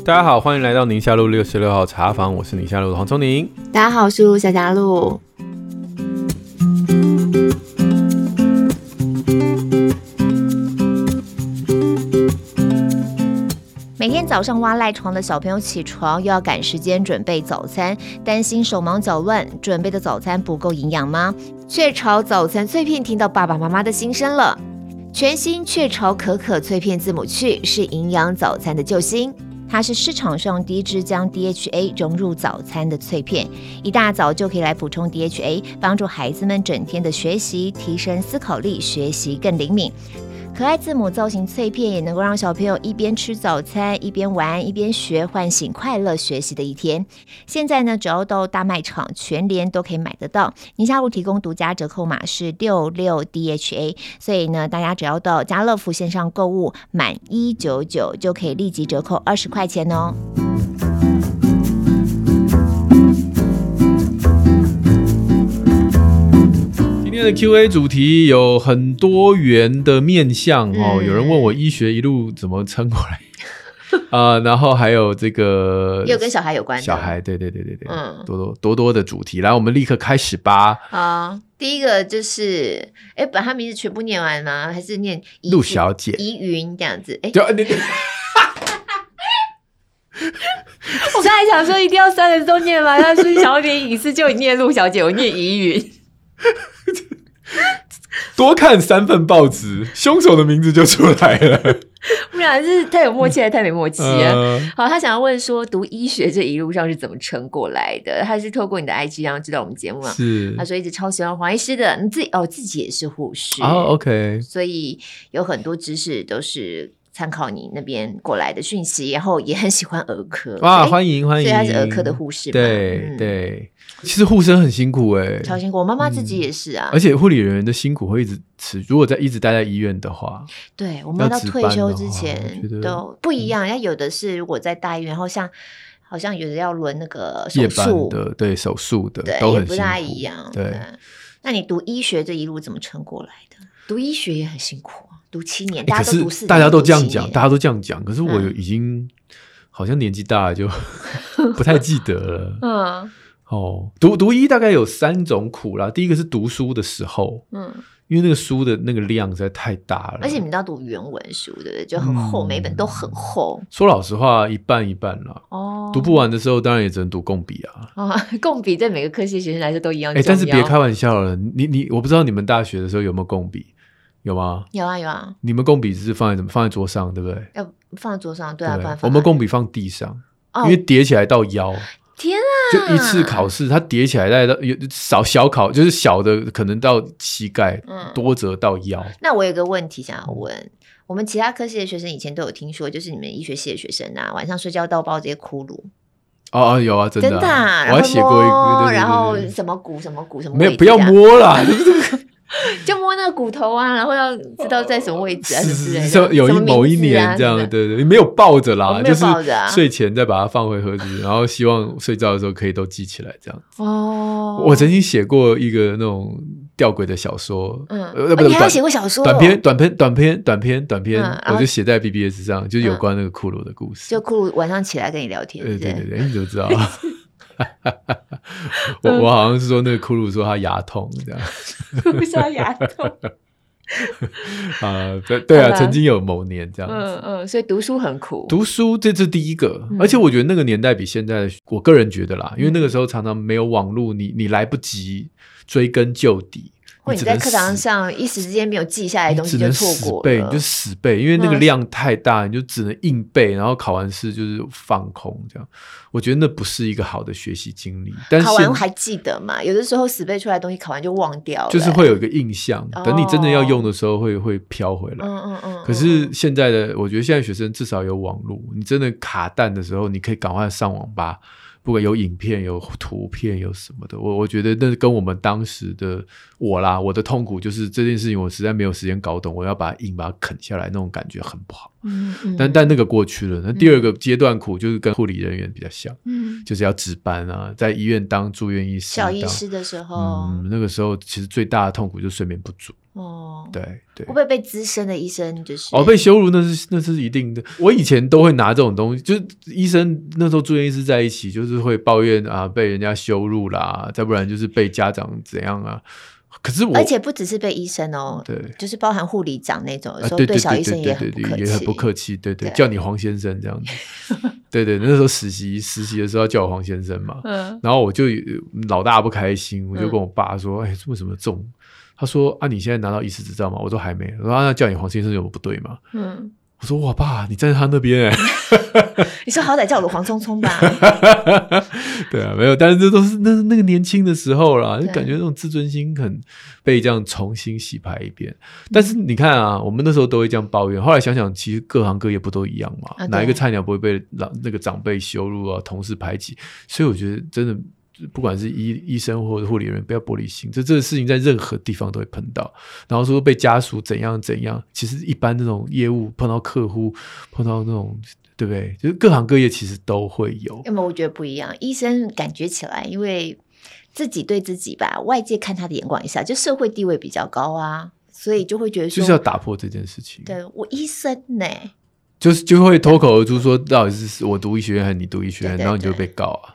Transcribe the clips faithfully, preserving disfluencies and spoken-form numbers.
大家好，欢迎来到宁夏路六十六号茶坊，我是宁夏路的黄聪宁。 大家好，我是陆小佳路。每天早上挖赖床的小朋友起床，又要赶时间准备早餐，担心手忙脚乱，准备的早餐不够营养吗？雀巢早餐脆片听到爸爸妈妈的心声了。全新雀巢可可脆片字母去是营养早餐的救星。它是市场上第一支将 D H A 融入早餐的脆片，一大早就可以来补充 D H A， 帮助孩子们整天的学习，提升思考力，学习更灵敏。可爱字母造型脆片也能够让小朋友一边吃早餐一边玩一边学，唤醒快乐学习的一天。现在呢，只要到大卖场全联都可以买得到。宁夏路提供独家折扣码是六六 D H A， 所以呢，大家只要到家乐福线上购物满一百九十九就可以立即折扣二十块钱哦。 今天的 Q A 主题有很多元的面向、嗯哦、有人问我医學一路怎麼撐過來呃、然後還有這個也有跟小孩有關的小孩，對對對對對、嗯、多多多多的主題。來我們立刻開始吧。 好，第一個就是誒把他名字全部念完嗎？還是念陸小姐怡雲這樣子？誒就你你我剛才想說一定要三人都念嗎？但是想要點隱私就念陸小姐，我念怡雲多看三份報紙，兇手的名字就出來了。 我們倆是太有默契還是太沒默契了、呃、好，他想要問說讀醫學這一路上是怎麼撐過來的？他是透過你的 I G 讓知道我們節目嘛？是，他說一直超喜歡黃醫師的，你自己哦自己也是護士哦 OK， 所以有很多知識都是參考你那邊過來的訊息，然後也很喜歡兒科。 哇，歡迎歡迎， 所以他是兒科的護士嘛？ 對、 嗯、 對，其實護生很辛苦哎、欸， 超辛苦。我媽媽自己也是啊、 嗯，而且護理人員的辛苦會一直持，如果在一直待在醫院的話， 對，我們到退休之前都不一樣。要、嗯、有的是如果在大醫院，然後像好像有的要輪那個手術的，對手術的， 對， 都很辛苦， 也不大一樣。 對， 對，那你讀醫學這一路怎麼撐過來的？讀醫學也很辛苦啊，讀七年，大家都讀四年， 大家都這樣講，大家都這樣講，可是我已經好像年紀大了就不太記得了。嗯，哦，讀讀醫大概有三種苦啦，第一個是讀書的時候，嗯，因為那個書的那個量實在太大了， 而且你們都要讀原文書，對不對？就很厚，嗯、每一本都很厚。 說老實話，一半一半啦。哦，讀不完的時候，當然也只能讀共筆啊。哦， 共筆對每個科系學生來說都一樣重要。 欸、但是別開玩笑了，你你我不知道你們大學的時候有沒有共筆？有嗎？ 有啊有啊。你們共筆是放在怎麼放在桌上，對不對？ 要放在桌上，對啊，不然我們共筆放地上，哦、因為疊起來到腰。 天啊！ 就一次考試，它疊起來大概到有少小考，就是小的可能到膝蓋，嗯、多則到腰。 那我有個問題想要問，我們其他科系的學生以前都有聽說，就是你們醫學系的學生啊，晚上睡覺到爆這些骷髏。 哦，有啊，真的、啊， 真的、啊， 我還寫過一個， 然後什麼骨什麼骨什麼， 沒有，不要摸啦。 就摸那個骨頭啊，然後要知道在什麼位置啊，是不是？ 就有一某一年這樣，對對，沒有抱着啦， 沒有抱着啊， 就是睡前再把它放回盒子，然後希望睡覺的時候可以都記起來，這樣。哦，我曾經寫過一個那種弔詭的小說，嗯， 呃，你還有寫過小說？ 短篇，短篇，短篇，短篇，短篇，我就寫在 B B S 上，就是有關那個骷髏的故事。 就骷髏晚上起來跟你聊天， 對對對，你怎麼知道？我我好像是說那個骷髏說他牙痛這樣， 不是他牙痛啊，對對啊，曾經有某年這樣子， 嗯嗯，所以讀書很苦， 讀書這是第一個，嗯、而且我覺得那個年代比現在，我個人覺得啦，因為那個時候常常沒有網絡，你你來不及追根究底。 或者你在課堂上一時之間沒有記下來的東西就錯過了， 你只能死背，你就死背，因為那個量太大，嗯、你就只能硬背，然後考完試就是放空這樣。我覺得那不是一個好的學習經歷。但是考完還記得嘛？有的時候死背出來的東西考完就忘掉了， 就是會有一個印象，哦、等你真的要用的時候會會飄回來。嗯嗯嗯。可是現在的，我覺得現在學生至少有網絡，你真的卡彈的時候，你可以趕快上網吧。不管有影片有圖片有什麼的，我我覺得那跟我們當時的我啦，我的痛苦就是這件事情我實在沒有時間搞懂，我要把它硬把它啃下來，那種感覺很不好。 嗯嗯、但但那个过去了。那第二个阶段苦就是跟护理人员比较像，嗯，就是要值班啊，在医院当住院医师、 小医师的时候， 嗯，那个时候其实最大的痛苦就是睡眠不足。哦，对对， 会不会被资深的医生就是哦被羞辱？那是那是一定的。我以前都会拿这种东西，就是医生那时候住院医师在一起，就是会抱怨啊被人家羞辱啦，再不然就是被家长怎样啊。可是我， 而且不只是被医生哦，对，就是包含护理长那种，有时候对小医生也很不客气， 也很不客气，对对，叫你黄先生这样子，对对，那时候实习实习的时候要叫我黄先生嘛，嗯，然后我就老大不开心，我就跟我爸说，哎、嗯，为什么这种？他说啊，你现在拿到医师执照吗？我说还没。我说、啊、那叫你黄先生有什么不对吗？嗯。我说哇爸，你站在他那边哎， 你说好歹叫我黄聪聪吧。 对啊，没有，但是这都是那那个年轻的时候啦，就感觉那种自尊心很被这样重新洗牌一遍。但是你看啊，我们那时候都会这样抱怨，后来想想，其实各行各业不都一样嘛？啊、哪一个菜鸟不会被那个长辈羞辱啊，同事排挤？所以我觉得真的。不管是医医生或者护理人员，不要玻璃心，这这个事情在任何地方都会碰到。然后说被家属怎样怎样，其实一般那种业务碰到客户，碰到那种对不对？就是各行各业其实都会有。 要么我觉得不一样，医生感觉起来，因为自己对自己吧，外界看他的眼光一下，就社会地位比较高啊，所以就会觉得说， 就是要打破这件事情。 对我医生呢、欸， 就是就会脱口而出说，到底是我读医学院还是你读医学院，对对对，然后你就会被告啊。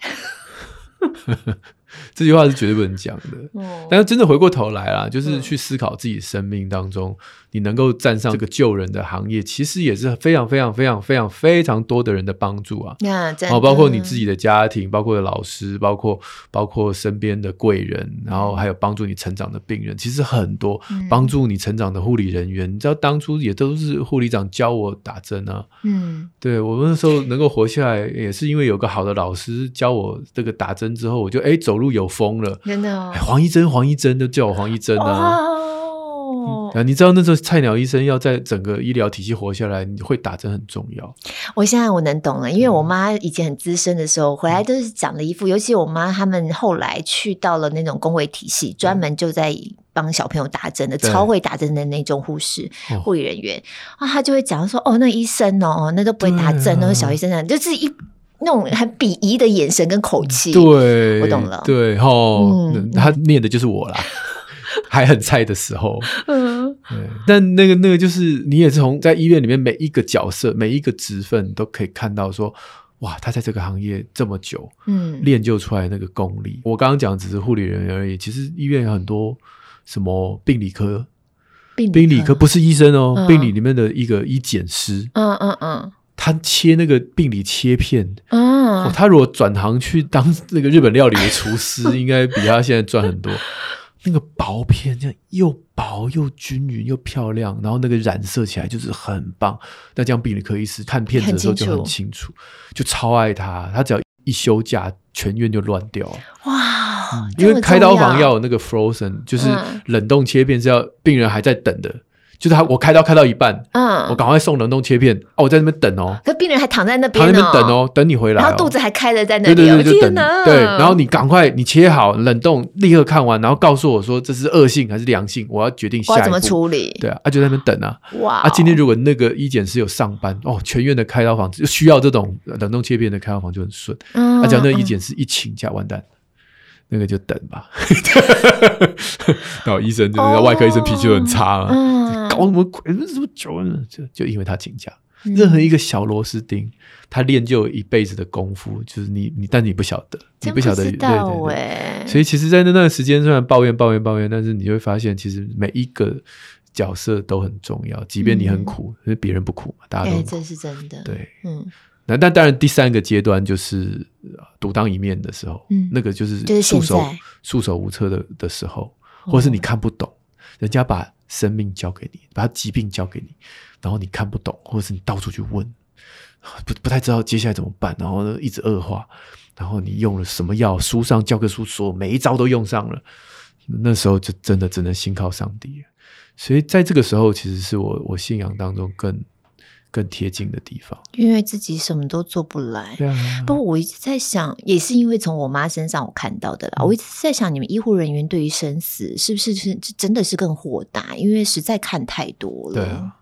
这句话是绝对不能讲的、哦、但是真的回过头来啦，就是去思考自己生命当中、嗯、你能够站上这个救人的行业，其实也是非常非常非常非常非常多的人的帮助啊、嗯、包括你自己的家庭，包括老师，包括包括身边的贵人，然后还有帮助你成长的病人，其实很多、嗯、帮助你成长的护理人员，你知道当初也都是护理长教我打针啊，嗯，对，我们那时候能够活下来也是因为有个好的老师教我这个打针之后，我就哎走路有风了，真的、哦哎、黄一针黄一针都叫我黄一针啊、哦嗯、你知道那时候菜鸟医生要在整个医疗体系活下来，你会打针很重要。 我现在我能懂了，因为我妈以前很资深的时候回来都是讲了一副、嗯、尤其我妈他们后来去到了那种公卫体系，专门就在帮小朋友打针的，超会打针的那种护士护理人员啊，他就会讲说哦那医生哦那都不会打针、啊、那小医生啊就是一那种很鄙夷的眼神跟口气， 对， 我懂了， 对齁、嗯、他念的就是我啦还很菜的时候嗯，对，但那个那个就是你也是从在医院里面每一个角色每一个职分都可以看到说哇他在这个行业这么久嗯，练就出来那个功力。我刚刚讲只是护理人员而已，其实医院有很多什么病理科病理科, 病理科不是医生哦、嗯、病理里面的一个医检师嗯嗯嗯，他切那个病理切片、嗯哦、他如果转行去当那个日本料理的厨师应该比他现在赚很多那个薄片这样又薄又均匀又漂亮，然后那个染色起来就是很棒，那这样病理科医师看片子的时候就很清楚，就超爱他，他只要一休假全院就乱掉了哇、嗯、因为开刀房要有那个 frozen 就是冷冻切片是要病人还在等的，就是他我开刀开到一半嗯，我赶快送冷冻切片哦，我在那边等哦， 可病人还躺在那边、哦、 躺在那边等哦，等你回来、哦、 然后肚子还开着在那里、哦、 对对对，就等对，然后你赶快你切好冷冻立刻看完，然后告诉我说这是恶性还是良性，我要决定下一步我要怎么处理， 对啊，啊就在那边等啊哇啊，今天如果那个医检师有上班哦，全院的开刀房需要这种冷冻切片的开刀房就很顺、嗯、啊，只要那个医检师一请假完蛋那个就等吧然后医生就是、哦、外科医生脾气就很差啊、嗯、搞什么鬼这么久呢，就就因为他请假、嗯、任何一个小螺丝钉他练就有一辈子的功夫，就是你你但你不晓得你不晓得， 真不知道对对对，所以其实在那段时间虽然抱怨抱怨抱怨，但是你会发现其实每一个角色都很重要，即便你很苦可是别人不苦嘛，大家都很苦、欸、 这是真的对嗯，那但当然第三个阶段就是独当一面的时候、嗯、那个就是束手束手无策 的, 的时候，或者是你看不懂、哦、人家把生命交给你，把疾病交给你，然后你看不懂，或者是你到处去问 不, 不太知道接下来怎么办，然后一直恶化，然后你用了什么药，书上教科书说每一招都用上了，那时候就真的只能信靠上帝了。所以在这个时候其实是我我信仰当中更更贴近的地方， 因为自己什么都做不来。对啊，不过我一直在想，也是因为从我妈身上我看到的啦、嗯、我一直在想你们医护人员对于生死是不是真的是更豁达，因为实在看太多了。 对啊，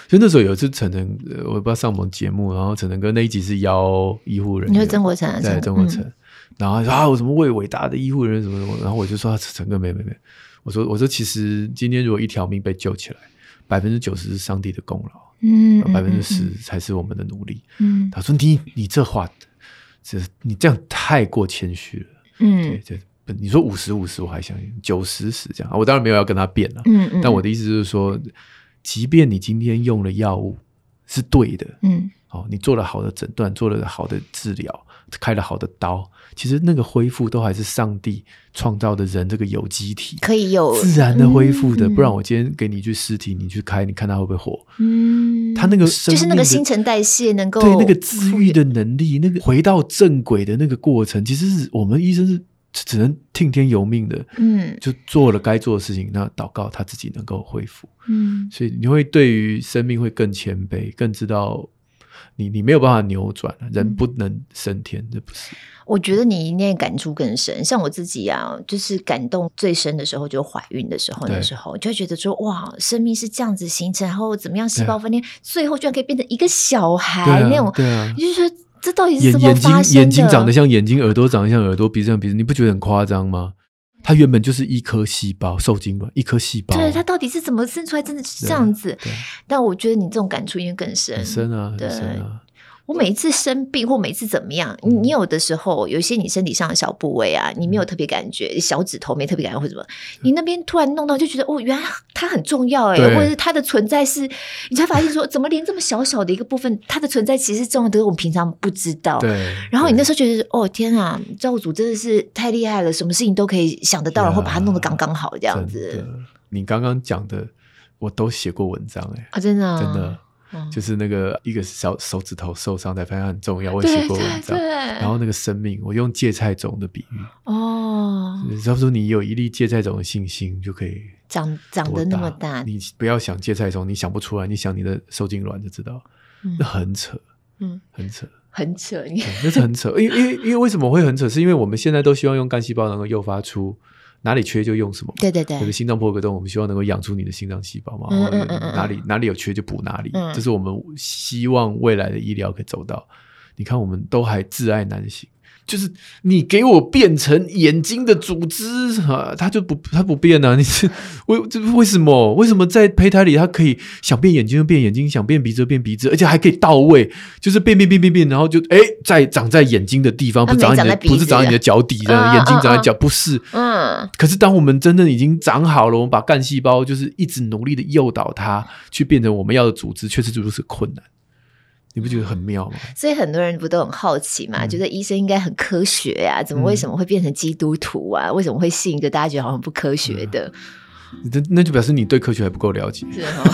所以那时候有一次陈晨，我不知道上我们节目，然后陈晨哥那一集是邀医护人员， 你说曾国城， 对，曾国城、嗯，然后他说啊，我什么为伟大的医护人员什么什么，然后我就说啊，陈哥没没没，我说我说其实今天如果一条命被救起来，百分之九十是上帝的功劳，嗯，百分之十才是我们的努力，嗯，他说你你这话，这你这样太过谦虚了，嗯，对对。你说五十五十我还相信，九十十这样，我当然没有要跟他辩了，嗯嗯，但我的意思就是说，即便你今天用了药物是对的，嗯，哦，你做了好的诊断，做了好的治疗，开了好的刀，其实那个恢复都还是上帝创造的人这个有机体可以有自然的恢复的，嗯，不然我今天给你一具尸体，你去开，你看他会不会活？嗯，他那个生命就是那个新陈代谢能够对那个自愈的能力，那个回到正轨的那个过程，其实是我们医生是只能听天由命的，嗯，就做了该做的事情，那祷告他自己能够恢复，嗯，所以你会对于生命会更谦卑，更知道你你没有办法扭转，人不能升天，这不是。 我觉得你应该感触更深，像我自己啊，就是感动最深的时候，就怀孕的时候，那时候就会觉得说，哇，生命是这样子形成，然后怎么样细胞分裂，最后居然可以变成一个小孩， 啊， 那种， 对啊， 你就说这到底是怎么发生的？ 眼睛眼睛长得像眼睛，耳朵长得像耳朵，鼻子像鼻子，你不觉得很夸张吗？它原本就是一颗细胞，受精卵一颗细胞， 对，它到底是怎么生出来？真的是这样子。但我觉得你这种感触应该更深， 很深啊，很深啊。 我每一次生病或每次怎么样，你你有的时候有一些你身体上的小部位啊，你没有特别感觉，小指头没特别感觉或什么，你那边突然弄到就觉得哦，原来它很重要哎，或者是它的存在是，你才发现说怎么连这么小小的一个部分，它的存在其实是重要的，我们平常不知道。 对。 然后你那时候觉得哦天啊，造物主真的是太厉害了，什么事情都可以想得到，然后把它弄得刚刚好这样子。 你刚刚讲的，我都写过文章哎， 啊真的啊， 真的。就是那个一个小手指头受伤才发现很重要，我也写过文章。然后那个生命，我用芥菜种的比喻哦，差不多你有一粒芥菜种的信心就可以长长得那么大。 你不要想芥菜种，你想不出来，你想你的受精卵就知道，嗯，那很扯，嗯，很扯， 很扯， 那是很扯。因为因为因为为什么会很扯？是因为我们现在都希望用干细胞能够诱发出。哪里缺就用什么， 对对对， 有个心脏破个洞，我们希望能够养出你的心脏细胞嘛，嗯嗯嗯嗯，哪里哪里有缺就补哪里，嗯，这是我们希望未来的医疗可以走到。你看我们都还自爱难行，就是你给我变成眼睛的组织啊，它就不它不变啊，你是为这为什么？为什么在胚胎里它可以想变眼睛就变眼睛，想变鼻子就变鼻子，而且还可以到位，就是变变变变变，然后就哎在长在眼睛的地方，不长在你的不是长在你的脚底的，嗯，眼睛长在脚，嗯，不是，嗯。可是当我们真正已经长好了，我们把干细胞就是一直努力的诱导它去变成我们要的组织，确实如此困难。你不觉得很妙吗？ 所以很多人不都很好奇嘛，嗯，觉得医生应该很科学呀，啊，怎么为什么会变成基督徒啊？嗯，为什么会信一个大家觉得好像不科学的？ 嗯，那就表示你对科学还不够了解。是哦。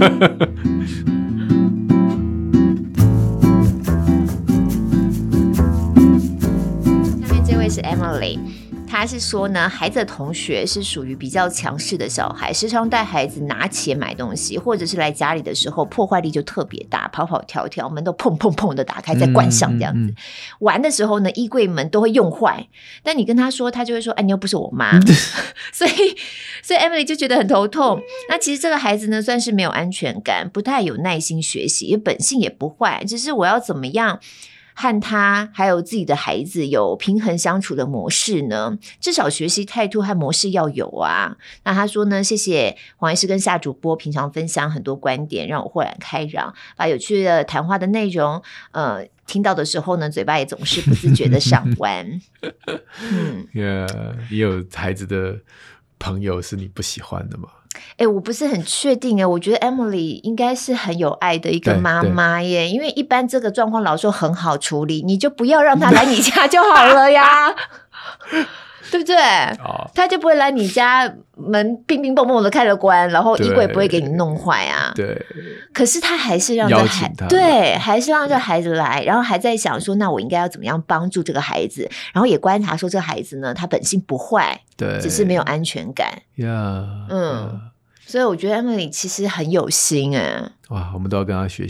下面这位是 Emily。他是说呢，孩子的同学是属于比较强势的小孩，时常带孩子拿钱买东西，或者是来家里的时候破坏力就特别大，跑跑跳跳，门都砰砰砰的打开再关上这样子，嗯嗯嗯，玩的时候呢，衣柜门都会用坏，但你跟他说，他就会说，哎，你又不是我妈。所以所以 Emily 就觉得很头痛。那其实这个孩子呢，算是没有安全感，不太有耐心学习，因为本性也不坏，只是我要怎么样和他还有自己的孩子有平衡相处的模式呢？至少学习态度和模式要有啊。那他说呢，谢谢黄医师跟夏主播平常分享很多观点，让我豁然开朗，把有趣的谈话的内容呃听到的时候呢，嘴巴也总是不自觉的上弯。 嗯， yeah, 也有孩子的朋友是你不喜欢的吗？ 欸，我不是很确定耶，我觉得 Emily 应该是很有爱的一个妈妈耶，因为一般这个状况老说很好处理，你就不要让她来你家就好了呀。对不对？哦，他就不会来你家门乒乒乓乓的开了关，然后衣柜不会给你弄坏啊。对。可是他还是让这孩对，还是让这孩子来，然后还在想说，那我应该要怎么样帮助这个孩子？然后也观察说，这个孩子呢，他本性不坏，对，只是没有安全感。呀，嗯， yeah, 所以我觉得 Emily 其实很有心哎。 哇，我们都要跟他学习。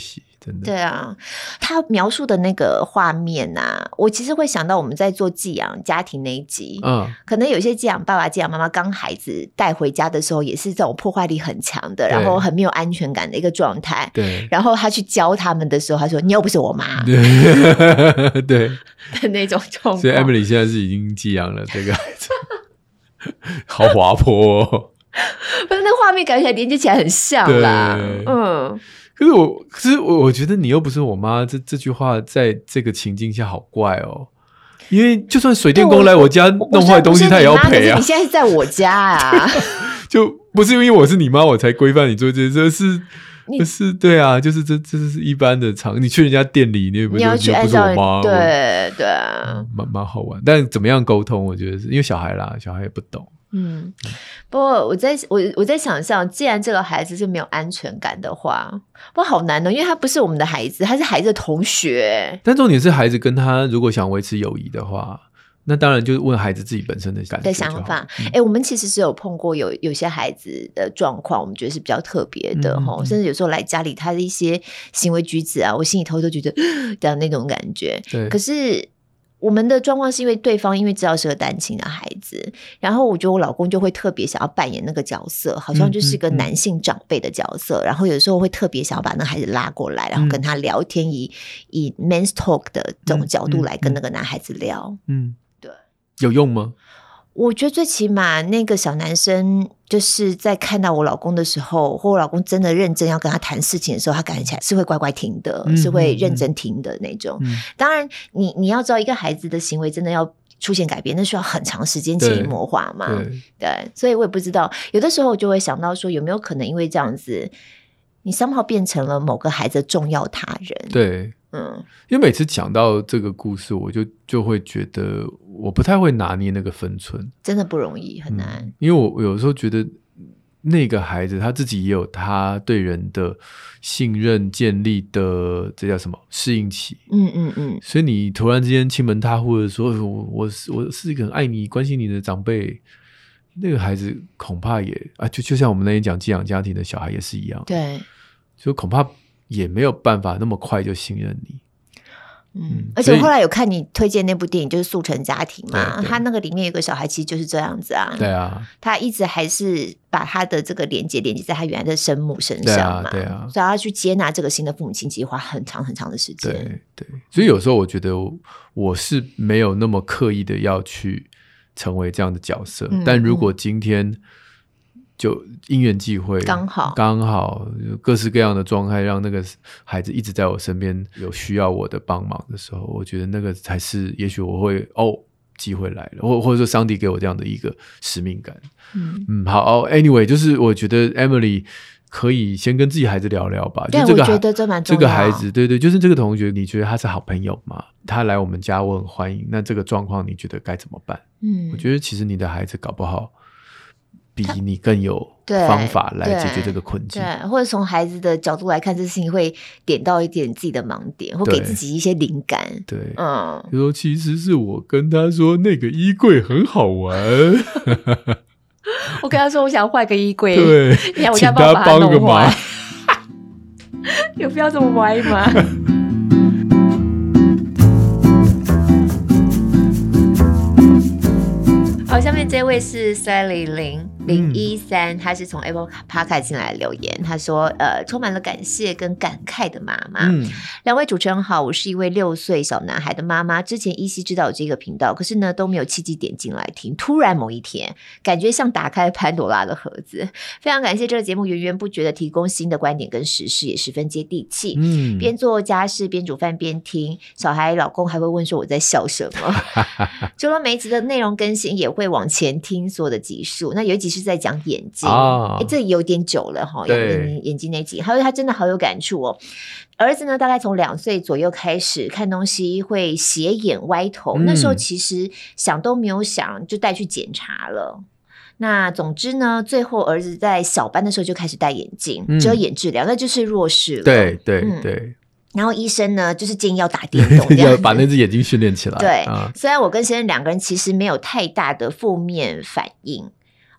真的。 对啊，他描述的那个画面啊，我其实会想到我们在做寄养家庭那一集，嗯，可能有些寄养爸爸、寄养妈妈刚孩子带回家的时候，也是这种破坏力很强的，然后很没有安全感的一个状态。对，然后他去教他们的时候，他说：“你又不是我妈。”对，对的那种状况。 所以 Emily 现在是已经寄养了这个孩子，好滑坡哦。 不是那个画面感觉连接起来很像啦，嗯。 可是我，可是我，我觉得你又不是我妈，这这句话在这个情境下好怪哦。因为就算水电工来我家弄坏东西，他也要赔啊。 你现在是在我家啊， 就不是因为我是你妈，我才规范你做这些，这是。就是对啊，就是这这是一般的常，你去人家店里，你也不是要去按照我妈， 对对啊， 蛮蛮好玩。但怎么样沟通，我觉得是因为小孩啦，小孩也不懂。 嗯，不过我在我我在想象，既然这个孩子是没有安全感的话，不过好难哦，因为他不是我们的孩子，他是孩子的同学。 但重点是，孩子跟他如果想维持友谊的话。那当然就是问孩子自己本身的感觉的想法。哎、嗯欸，我们其实是有碰过有有些孩子的状况，我们觉得是比较特别的齁、嗯、甚至有时候来家里他的一些行为举止啊，我心里头都觉得的那种感觉。对，可是我们的状况是因为对方因为知道是个单亲的孩子，然后我觉得我老公就会特别想要扮演那个角色，好像就是个男性长辈的角色、嗯嗯嗯、然后有时候会特别想要把那个孩子拉过来，然后跟他聊天，以以 men's talk 的这种角度来跟那个男孩子聊。嗯，对， 有用吗？ 我觉得最起码那个小男生就是在看到我老公的时候，或我老公真的认真要跟他谈事情的时候，他感觉起来是会乖乖听的、嗯、是会认真听的那种、嗯、当然你你要知道一个孩子的行为真的要出现改变，那需要很长时间潜移默化嘛。 对, 对，所以我也不知道，有的时候我就会想到说有没有可能因为这样子你 somehow 变成了某个孩子的重要他人。 对，嗯，因为每次讲到这个故事，我就就会觉得我不太会拿捏那个分寸， 真的不容易，很难、嗯、 因为我有时候觉得那个孩子他自己也有他对人的信任建立的，这叫什么适应期。嗯嗯嗯，所以你突然之间亲门踏户的说我我是我是一个很爱你关心你的长辈，那个孩子恐怕也啊，就就像我们那天讲寄养家庭的小孩也是一样， 对， 所以恐怕也没有办法那么快就信任你。 嗯，而且我后来有看你推荐那部电影，就是《速成家庭》嘛，他那个里面有个小孩其实就是这样子啊。 对啊，他一直还是把他的这个连接连接在他原来的生母身上嘛。 对啊，对啊， 所以他去接纳这个新的父母亲，其实花很长很长的时间。 对对，所以有时候我觉得 我, 我是没有那么刻意的要去成为这样的角色，嗯、但如果今天就因缘际会， 刚好刚好各式各样的状态让那个孩子一直在我身边，有需要我的帮忙的时候，我觉得那个才是也许我会哦机会来了，或或者说上帝给我这样的一个使命感。嗯嗯，好、哦、anyway 就是我觉得 Emily 可以先跟自己孩子聊聊吧。 对， 就这个我觉得这蛮重要。 这个孩子，对对，就是这个同学，你觉得他是好朋友吗？他来我们家我很欢迎，那这个状况你觉得该怎么办？嗯，我觉得其实你的孩子搞不好比你更有方法来解决这个困境。 对, 对，或者从孩子的角度来看，这事情会点到一点自己的盲点，或给自己一些灵感。 对，嗯，就说其实是我跟他说那个衣柜很好玩我跟他说我想换个衣柜， 对， 你看我家帮把它弄坏有必要这么歪吗？好，下面这位是 Sally 零零一三，他是从 Apple Podcast 进来留言，他说呃，充满了感谢跟感慨的妈妈。嗯，两位主持人好，我是一位六岁小男孩的妈妈，之前依稀知道有这个频道，可是呢都没有契机点进来听，突然某一天感觉像打开潘朵拉的盒子，非常感谢这个节目源源不绝的提供新的观点跟时事，也十分接地气。嗯，边做家事边煮饭边听，小孩老公还会问说我在笑什么除了每一集的内容更新，也会往前听所有的集数。那有一集是在讲眼睛、哦欸、这有点久了齁，眼, 眼睛那集，他说他真的好有感触哦。儿子呢大概从两岁左右开始看东西会斜眼歪头、嗯、那时候其实想都没有想就带去检查了。那总之呢最后儿子在小班的时候就开始戴眼镜、嗯、遮眼治疗，那就是弱视了。 对对对、嗯， 然后医生呢就是建议要打电动这样要把那只眼睛训练起来。 对、啊、虽然我跟先生两个人其实没有太大的负面反应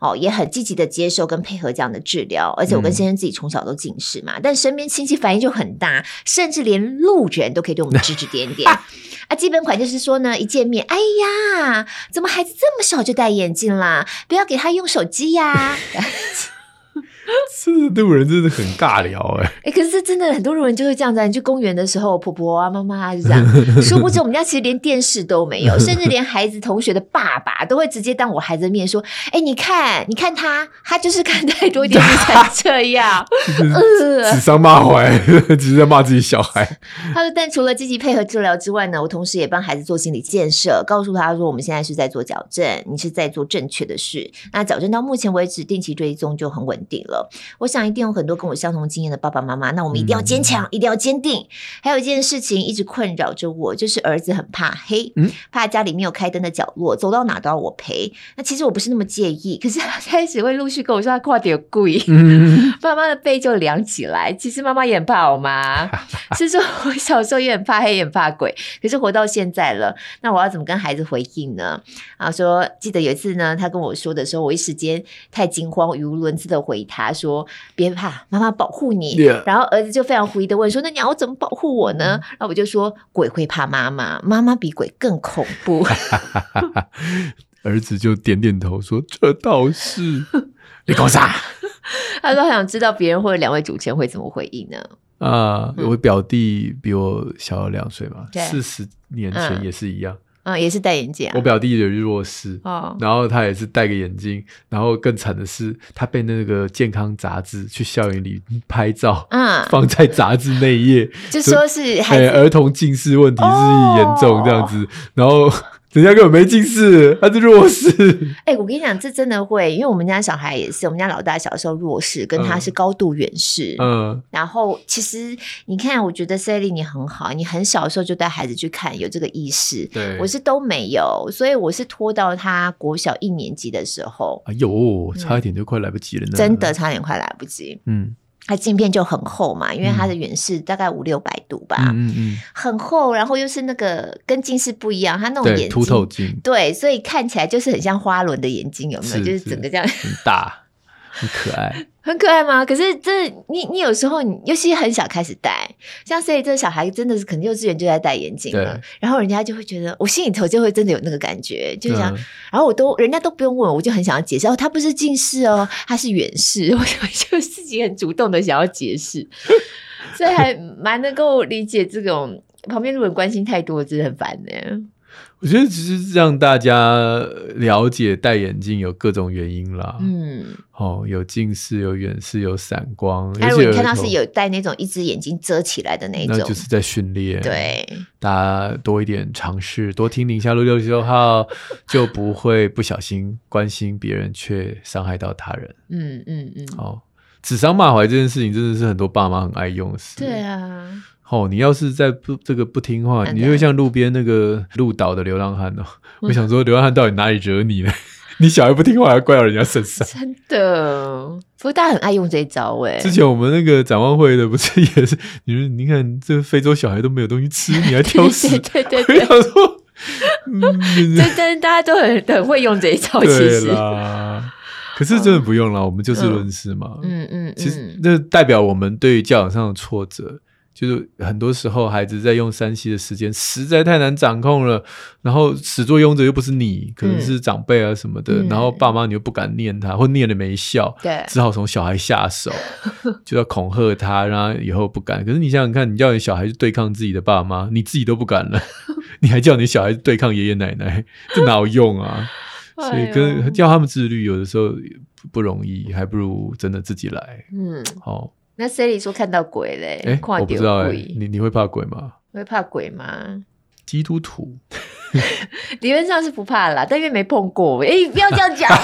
哦，也很积极的接受跟配合这样的治疗，而且我跟先生自己从小都近视嘛，嗯、但身边亲戚反应就很大，甚至连路人都可以对我们指指点点。啊，基本款就是说呢，一见面，哎呀，怎么孩子这么小就戴眼镜啦？不要给他用手机呀。 这路人真的很尬聊哎、欸， 哎、欸，可是真的很多路人就会这样子、啊，你去公园的时候，婆婆啊、妈妈啊就这样。殊不知我们家其实连电视都没有，甚至连孩子同学的爸爸都会直接当我孩子的面说：“哎、欸，你看，你看他，他就是看太多电视才这样。呃” 指桑骂槐，只是在骂自己小孩。 他说：“但除了积极配合治疗之外呢，我同时也帮孩子做心理建设，告诉他说，我们现在是在做矫正，你是在做正确的事。那矫正到目前为止，定期追踪就很稳定了。我想一定有很多跟我相同经验的爸爸妈妈，那我们一定要坚强、嗯、一定要坚定。还有一件事情一直困扰着我，就是儿子很怕黑、嗯、怕家里没有开灯的角落，走到哪都要我陪。那其实我不是那么介意，可是他开始会陆续跟我说他看到鬼、嗯、妈妈的背就凉起来。其实妈妈也很怕我妈是说我小时候也很怕黑也很怕鬼，可是活到现在了，那我要怎么跟孩子回应呢？啊，说记得有一次呢，他跟我说的时候，我一时间太惊慌，语无伦次的回他说别怕，妈妈保护你、yeah. 然后儿子就非常狐疑的问说那你要怎么保护我呢？然后我就说鬼会怕妈妈，妈妈比鬼更恐怖。 儿子就点点头说这倒是。你搞啥？ 他说他想知道别人或者两位主持人会怎么回应呢？ 啊，我表弟比我小两岁嘛，四十年前也是一样。 嗯，也是戴眼镜啊。 我表弟有弱视、哦、然后他也是戴个眼镜，然后更惨的是他被那个健康杂志去校园里拍照、嗯、放在杂志内页， 就说是孩子、 欸、儿童近视问题日益严重这样子、哦、然后人家根本没近视，他是弱视。 哎、欸，我跟你讲，这真的会，因为我们家小孩也是，我们家老大小时候弱视，跟他是高度远视。嗯，然后其实你看，我觉得 Sally 你很好，你很小的时候就带孩子去看，有这个意识。 对， 我是都没有，所以我是拖到他国小一年级的时候。 哎呦，差一点就快来不及了呢、 嗯、真的差点快来不及。嗯。它镜片就很厚嘛，因为它的远视大概五六百度吧，嗯嗯，很厚，然后又是那个跟近视不一样，它那种眼睛凸透镜， 对，所以看起来就是很像花轮的眼睛，有没有？是就是整个这样很大，很可爱。 很可爱吗？可是这你你有时候你尤其很小开始戴，像所以这小孩真的是可能幼稚园就在戴眼镜了，然后人家就会觉得我心里头就会真的有那个感觉，就想、嗯、然后我都人家都不用问我，我就很想要解释哦，他不是近视哦，他是远视，我就自己很主动的想要解释，所以还蛮能够理解这种旁边路人关心太多真的很烦的。 我觉得只是让大家了解戴眼镜有各种原因啦，嗯，哦，有近视，有远视，有散光。 那、啊、如果你看到是有戴那种一只眼睛遮起来的那种， 那就是在训练。 对， 大家多一点尝试，多听宁夏路六十六号，就不会不小心关心别人却伤害到他人。嗯嗯嗯。哦，指桑骂槐这件事情真的是很多爸妈很爱用的事。 对啊。 哦，你要是在不这个不听话，你就会像路边那个路倒的流浪汉哦。我想说，流浪汉到底哪里惹你呢？你小孩不听话，还怪到人家身上。 真的，不过大家很爱用这一招哎。 之前我们那个展望会的不是也是？你说，你看这非洲小孩都没有东西吃，你还挑食？ 对对对对。 我想说， 嗯，真真大家都很很会用这一招，其实。 对啦。可是真的不用啦，嗯、我们就事论事嘛。嗯嗯, 嗯，其实那代表我们对于教养上的挫折。就是很多时候孩子在用三 C 的时间实在太难掌控了，然后始作俑者又不是你，可能是长辈啊什么的、嗯、然后爸妈你又不敢念他，或念了没效，对，只好从小孩下手，就要恐吓他让他以后不敢。可是你想想看，你叫你小孩去对抗自己的爸妈，你自己都不敢了，你还叫你小孩去对抗爷爷奶奶，这哪有用啊？所以跟叫他们自律有的时候不容易，还不如真的自己来。嗯，好。 那 Sally 说看到鬼嘞、欸，看到鬼，我不知道哎、欸，你你会怕鬼吗？ 会怕鬼吗？ 基督徒理论上是不怕啦，但因为没碰过，哎、欸，不要这样讲。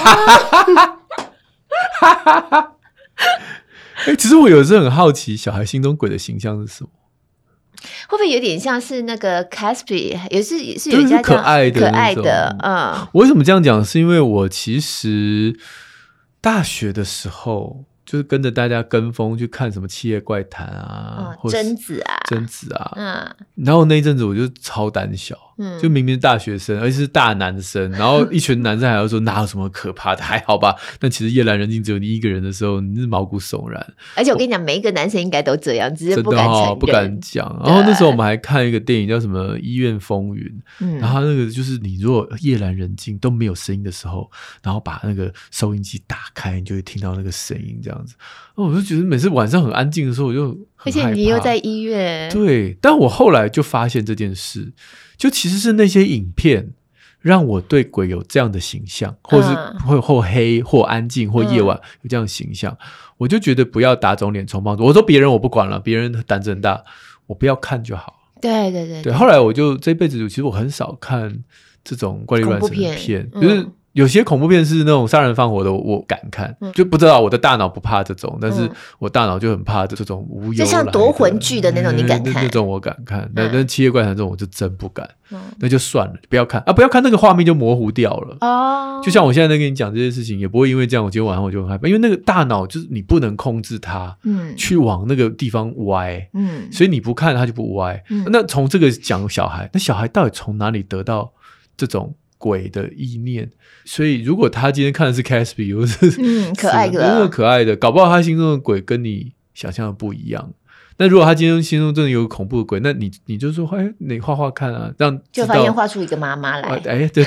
哎、欸，其实我有时候很好奇，小孩心中鬼的形象是什么？ 会不会有点像是那个 Caspi， 也是也是有一家可爱的可爱的，嗯。 我为什么这样讲？是因为我其实大学的时候。就是跟着大家跟风去看什么企业怪谈啊， 哦、贞子啊， 贞子啊，嗯，然后那一阵子我就超胆小， 嗯，就明明是大学生，而且是大男生，然后一群男生还要说哪有什么可怕的，还好吧。但其实夜阑人静只有你一个人的时候，你是毛骨悚然。 而且我跟你讲，每一个男生应该都这样，只是不敢承认， 真的、哦、不敢讲。然后那时候我们还看一个电影叫什么《医院风云》，嗯，然后那个就是你如果夜阑人静都没有声音的时候，然后把那个收音机打开，你就会听到那个声音这样子。哦，我就觉得每次晚上很安静的时候，我就很害怕。 而且你又在医院， 对。但我后来就发现这件事，就其实是那些影片让我对鬼有这样的形象，或是或或黑或安静或夜晚有这样的形象，嗯、我就觉得不要打肿脸充胖子。我说别人我不管了，别人胆子很大，我不要看就好。 对对 对, 对。后来我就这辈子其实我很少看这种怪力乱神的片，片嗯、就是有些恐怖片是那种杀人放火的，我敢看，嗯、就不知道我的大脑不怕这种，但是我大脑就很怕这种无由来的， 就像夺魂剧的那种，你敢看？ 那, 那种我敢看，但、嗯、但七夜怪谈这种我就真不敢，嗯、那就算了，不要看啊！不要看那个画面就模糊掉了哦。就像我现在在跟你讲这些事情，也不会因为这样，我今天晚上我就很害怕，因为那个大脑就是你不能控制它，嗯，去往那个地方歪，嗯，所以你不看它就不歪。嗯、那从这个讲小孩，那小孩到底从哪里得到这种鬼的意念？所以如果他今天看的是 Casby 或是嗯可爱的那个可爱的，搞不好他心中的鬼跟你想象的不一样。那如果他今天心中真的有恐怖的鬼，那你你就说哎，你画画看啊，让就发现画出一个妈妈来， 哎，对，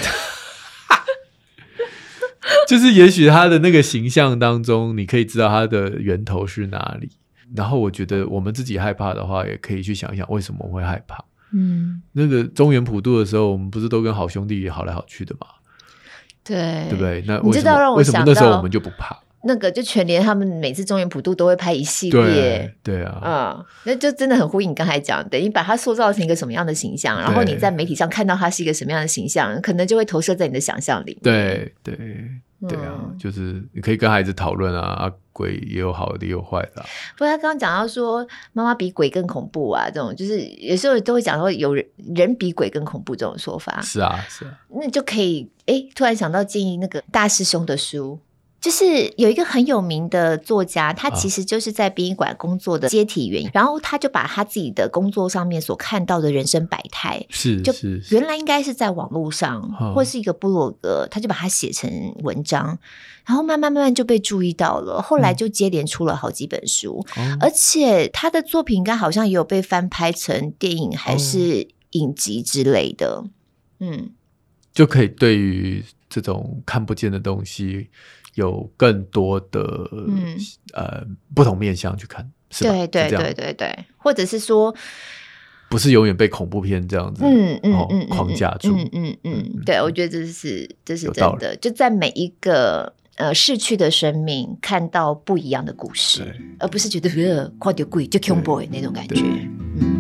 就是也许他的那个形象当中，你可以知道他的源头是哪里。然后我觉得我们自己害怕的话，也可以去想一想为什么会害怕。嗯，那个中原普渡的时候，我们不是都跟好兄弟好来好去的吗？ 对， 对不对？那为什么为什么那时候我们就不怕？ 那个就全联他们每次中原普渡都会拍一系列， 对, 对啊， 嗯，那就真的很呼应你刚才讲，等于把他塑造成一个什么样的形象，然后你在媒体上看到他是一个什么样的形象，可能就会投射在你的想象里面。 对对对啊、嗯，就是你可以跟孩子讨论啊，啊，鬼也有好的也有坏的、啊。 不过他刚刚讲到说妈妈比鬼更恐怖啊，这种就是有时候都会讲说有人人比鬼更恐怖这种说法。 是啊是啊， 那就可以哎，突然想到建议那个大师兄的书。就是有一个很有名的作家，他其实就是在殡仪馆工作的接体员、啊、然后他就把他自己的工作上面所看到的人生百态， 是就原来应该是在网络上或是一个部落格，他就把它写成文章，然后慢慢慢慢就被注意到了，后来就接连出了好几本书、嗯、而且他的作品应该好像也有被翻拍成电影还是影集之类的、哦、嗯， 就可以对于这种看不见的东西有更多的、嗯、呃不同面向去看，是吧？对对对对对，或者是说不是永远被恐怖片这样子嗯嗯、哦、嗯框架住， 嗯嗯 嗯, 嗯，对，我觉得这是这是真的，就在每一个呃逝去的生命看到不一样的故事，而不是觉得呃看到鬼就恐怖那种感觉。嗯。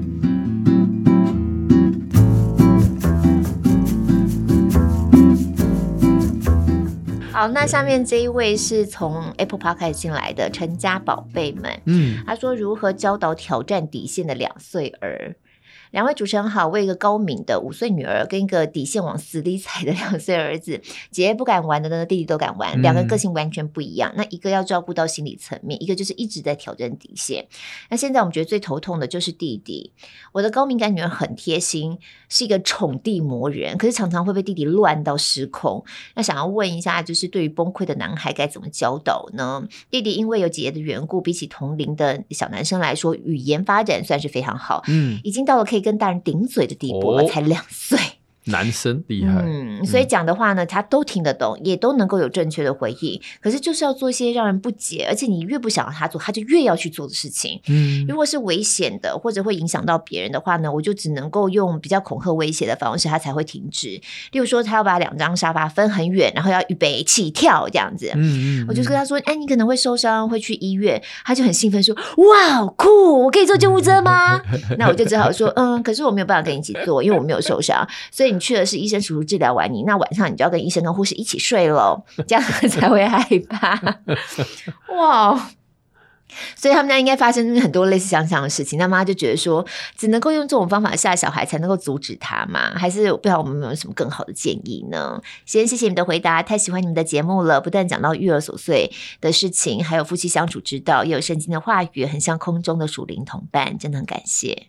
好，那下面这一位是从 Apple Podcast 进来的陈家宝贝们，嗯，他说如何教导挑战底线的两岁儿。两位主持人好，我有一个高敏的五岁女儿跟一个底线往死里踩的两岁儿子，姐姐不敢玩的呢，弟弟都敢玩，两个个性完全不一样、嗯、那一个要照顾到心理层面，一个就是一直在挑战底线。那现在我们觉得最头痛的就是弟弟，我的高敏感女儿很贴心，是一个宠弟魔人，可是常常会被弟弟乱到失控。那想要问一下，就是对于崩溃的男孩该怎么教导呢？弟弟因为有姐姐的缘故，比起同龄的小男生来说，语言发展算是非常好，嗯，已经到了可以跟大人顶嘴的地步了、哦、才两岁， 男生厉害， 嗯，所以讲的话呢、嗯、他都听得懂，也都能够有正确的回应，可是就是要做一些让人不解，而且你越不想让他做他就越要去做的事情。嗯，如果是危险的或者会影响到别人的话呢，我就只能够用比较恐吓威胁的方式他才会停止，例如说他要把两张沙发分很远，然后要预备起跳这样子。嗯嗯，我就跟他说哎，你可能会受伤会去医院，他就很兴奋说哇酷，我可以坐救护车吗？那我就只好说嗯，可是我没有办法跟你一起坐，因为我没有受伤，所以你去的是医生叔叔治疗完你，那晚上你就要跟医生跟护士一起睡咯，这样才会害怕。哇，所以他们家应该发生很多类似相像的事情，那妈妈就觉得说只能够用这种方法吓小孩才能够阻止他嘛，还是不知道我们有没有什么更好的建议呢？先谢谢你们的回答，太喜欢你们的节目了，不但讲到育儿琐碎的事情，还有夫妻相处之道，也有圣经的话语，很像空中的属灵同伴，真的很感谢。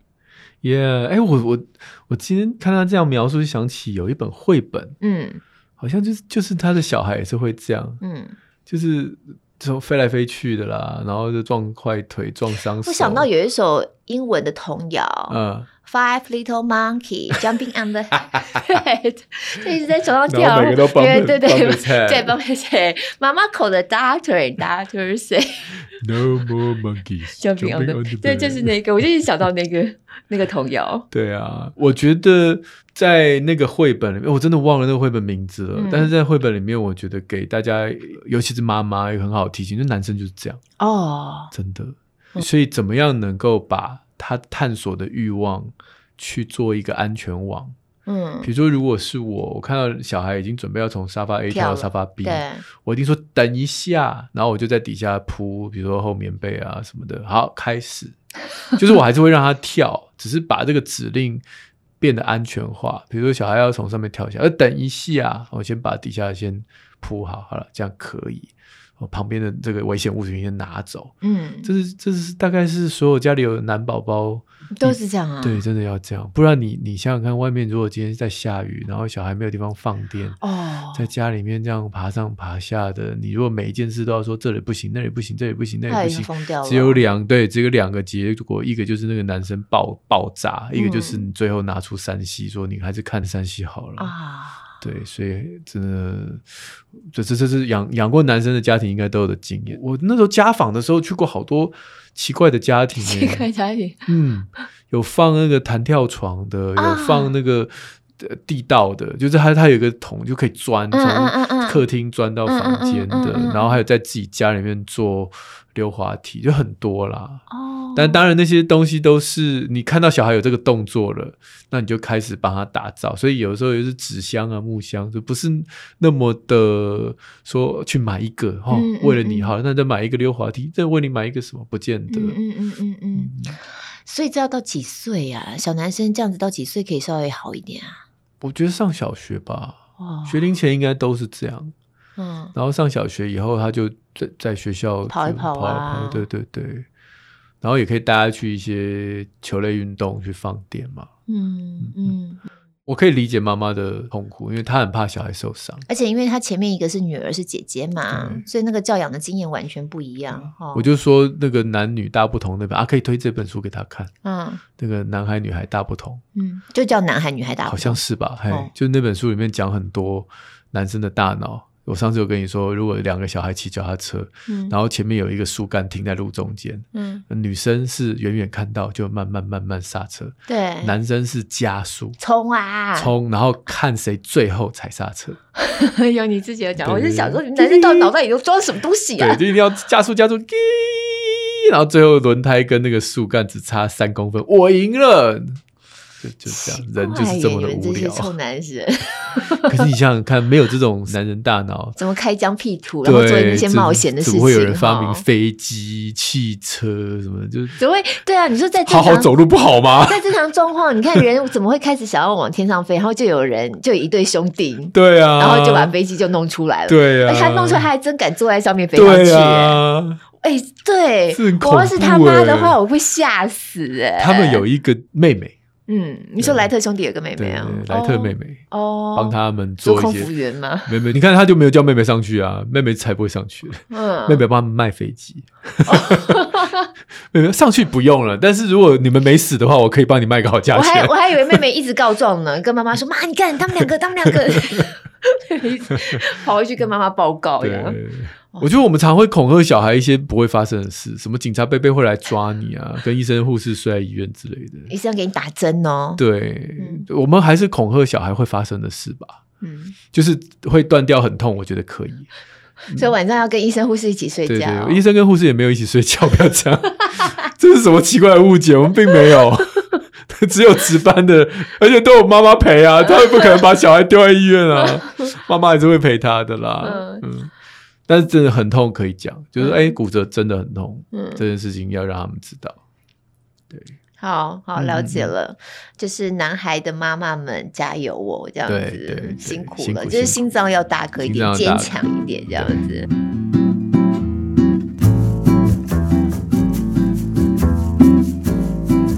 Yeah， 哎，我我我今天看他这样描述，就想起有一本绘本，嗯，好像就是就是他的小孩也是会这样，嗯，就是就飞来飞去的啦，然后就撞坏腿、撞伤手。 我想到有一首英文的童谣，嗯。Five little monkey jumping on the head， 就一直在床上跳， 每个都帮对对对对， 帮妹菜。妈妈 call the doctor，doctor say no more monkeys jumping on the head， 对，就是那个，我就一直想到那个那个童谣。 对啊，我觉得在那个绘本里面，我真的忘了那个绘本名字了，嗯、但是在绘本里面，我觉得给大家，尤其是妈妈一个很好的提醒，就男生就是这样哦，真的。所以怎么样能够把他探索的欲望去做一个安全网？嗯，比如说如果是我我看到小孩已经准备要从沙发 A 跳到沙发 B， 我一定说等一下，然后我就在底下铺比如说厚棉被啊什么的，好，开始。就是我还是会让他跳，只是把这个指令变得安全化。比如说小孩要从上面跳下来，等一下，我先把底下先铺好，好了，这样可以。旁边的这个危险物品先拿走，嗯，这是这是大概是所有家里有男宝宝都是这样啊， 对，真的要这样，不然你你想想看，外面如果今天在下雨，然后小孩没有地方放电，哦，在家里面这样爬上爬下的，你如果每一件事都要说这里不行，那里不行，这里不行，那里不行， 疯掉了， 只有两对，只有两个结果，一个就是那个男生爆爆炸，一个就是你最后拿出三 C 说你还是看三 C 好了啊。对，所以真的，这这这是养养过男生的家庭应该都有的经验。我那时候家访的时候去过好多奇怪的家庭， 奇怪家庭， 嗯，有放那个弹跳床的，有放那个地道的，就是它它有一个桶就可以钻，从客厅钻到房间的，然后还有在自己家里面做溜滑梯，就很多啦。哦。但当然那些东西都是你看到小孩有这个动作了，那你就开始帮他打造。所以有时候也是纸箱啊、木箱，就不是那么的说去买一个、哦嗯嗯、为了你好，那再买一个溜滑梯，再为你买一个什么，不见得。嗯嗯嗯嗯嗯。所以这要到几岁啊？小男生这样子到几岁可以稍微好一点啊？ 我觉得上小学吧，哦、学龄前应该都是这样。嗯。然后上小学以后，他就在在学校跑一跑啊， 跑一跑，对对对。然后也可以带他去一些球类运动去放电嘛。嗯嗯，我可以理解妈妈的痛苦，因为她很怕小孩受伤， 而且因为她前面一个是女儿是姐姐嘛，所以那个教养的经验完全不一样。哦、 我就说那个男女大不同那本啊，可以推这本书给他看。嗯，那个男孩女孩大不同， 嗯，就叫男孩女孩大不同， 好像是吧？哦、就那本书里面讲很多男生的大脑。我上次有跟你说，如果两个小孩骑脚踏车、嗯、然后前面有一个树干停在路中间、嗯、女生是远远看到就慢慢慢慢刹车， 对， 男生是加速冲啊冲，然后看谁最后踩刹车。 有你自己有讲，我是想说男生到底脑袋里都装什么东西啊？ 对，就一定要加速加速，然后最后轮胎跟那个树干只差三公分，我赢了。就, 就这样，人就是这么的无聊。 这些臭男人。 可是你想想看，没有这种男人大脑， 怎么开疆辟土，然后做那些冒险的事情？ 怎么会有人发明飞机、汽车什么的？就怎么会？对啊，你说在好好走路不好吗？ 在正常状况，你看人怎么会开始想要往天上飞？然后就有人，就有一对兄弟， 对啊， 然后就把飞机就弄出来了。 对啊， 他弄出来，他还真敢坐在上面飞上去。对啊。哎、欸，对，我要是他妈的话，我会吓死哎、欸。 他们有一个妹妹。 嗯，你说莱特兄弟有个妹妹啊？ 莱特妹妹哦，帮他们做一些空服员吗？ 妹妹，你看他就没有叫妹妹上去啊，妹妹才不会上去。嗯，妹妹帮他们卖飞机，哦、妹妹上去不用了。但是如果你们没死的话，我可以帮你卖个好价钱。 我还我还以为妹妹一直告状呢，跟妈妈说：“妈，你看他们两个，他们两个。”跑回去跟妈妈报告一样。 我觉得我们常会恐吓小孩一些不会发生的事，什么警察贝贝会来抓你啊，跟医生护士睡在医院之类的， 医生要给你打针哦。 对、嗯，我们还是恐吓小孩会发生的事吧。嗯，就是会断掉很痛，我觉得可以。 所以晚上要跟医生护士一起睡觉、哦。 对对，医生跟护士也没有一起睡觉，不要这样。这是什么奇怪的误解？我们并没有。只有值班的，而且都有妈妈陪啊，他们不可能把小孩丢在医院啊，妈妈还是会陪他的啦。嗯。嗯，但是真的很痛可以讲，就是哎、嗯欸，骨折真的很痛、嗯，这件事情要让他们知道。对， 好好了解了、嗯，就是男孩的妈妈们加油哦，这样子，对对对，辛苦了，就是心脏要大颗一点，坚强一点，这样子。你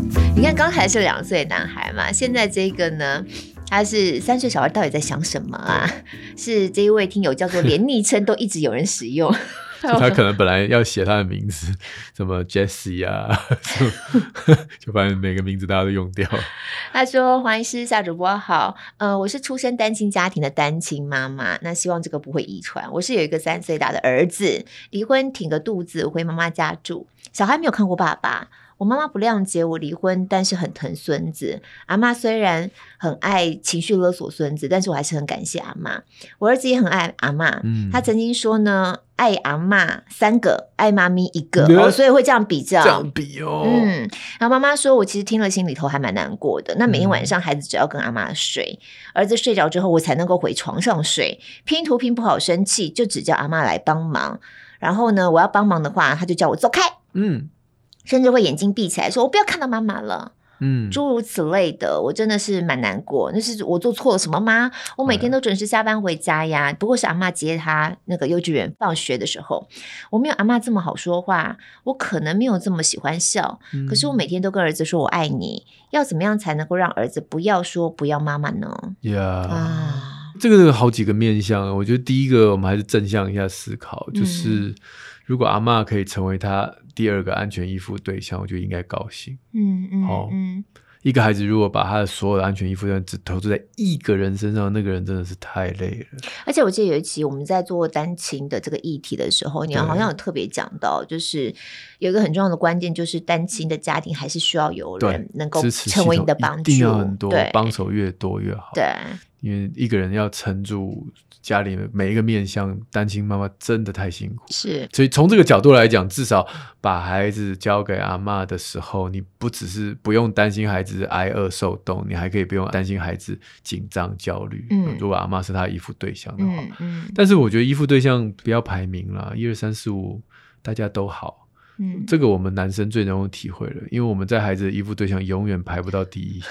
看刚才是两岁男孩嘛，现在这个呢他是三岁小孩，到底在想什么啊？是这一位听友叫做连昵称都一直有人使用他可能本来要写他的名字什么 Jessie 啊就发现每个名字大家都用掉。 他说黄医师夏主播好，呃，我是出身单亲家庭的单亲妈妈，那希望这个不会遗传。我是有一个三岁大的儿子，离婚挺个肚子回妈妈家住，小孩没有看过爸爸，我妈妈不谅解我离婚，但是很疼孙子。阿嬷虽然很爱情绪勒索孙子，但是我还是很感谢阿嬷。我儿子也很爱阿嬷，嗯，他曾经说呢，爱阿嬷三个，爱妈咪一个，哦，所以会这样比较， 这样比哦。 嗯，然后妈妈说，我其实听了心里头还蛮难过的。那每天晚上孩子只要跟阿嬷睡，儿子睡着之后，我才能够回床上睡。拼图拼不好生气，就只叫阿嬷来帮忙。然后呢，我要帮忙的话，他就叫我走开。嗯。甚至会眼睛闭起来说我不要看到妈妈了，嗯，诸如此类的，我真的是蛮难过。那是我做错了什么吗？我每天都准时下班回家呀，不过是阿嬷接他那个幼稚园放学的时候，我没有阿嬷这么好说话，我可能没有这么喜欢笑，嗯，可是我每天都跟儿子说我爱你，要怎么样才能够让儿子不要说不要妈妈呢？呀、yeah. 啊，这个有好几个面向，我觉得第一个我们还是正向一下思考，就是、嗯、如果阿嬷可以成为他第二个安全依附对象，我觉得应该高兴。嗯嗯哦嗯，一个孩子如果把他的所有的安全依附对象只投注在一个人身上，那个人真的是太累了。 而且我记得有一期我们在做单亲的这个议题的时候，你好像有特别讲到，就是有一个很重要的关键，就是单亲的家庭还是需要有人能够成为你的帮助， 一定要很多，帮手越多越好。 对， 因为一个人要撑住家里每一个面向，单亲妈妈真的太辛苦。是，所以从这个角度来讲，至少把孩子交给阿嬷的时候，你不只是不用担心孩子挨饿受冻，你还可以不用担心孩子紧张焦虑。嗯，如果阿嬷是他的依附对象的话，嗯嗯，但是我觉得依附对象不要排名啦，一二三四五大家都好。嗯，这个我们男生最能够体会了，因为我们在孩子的依附对象永远排不到第一。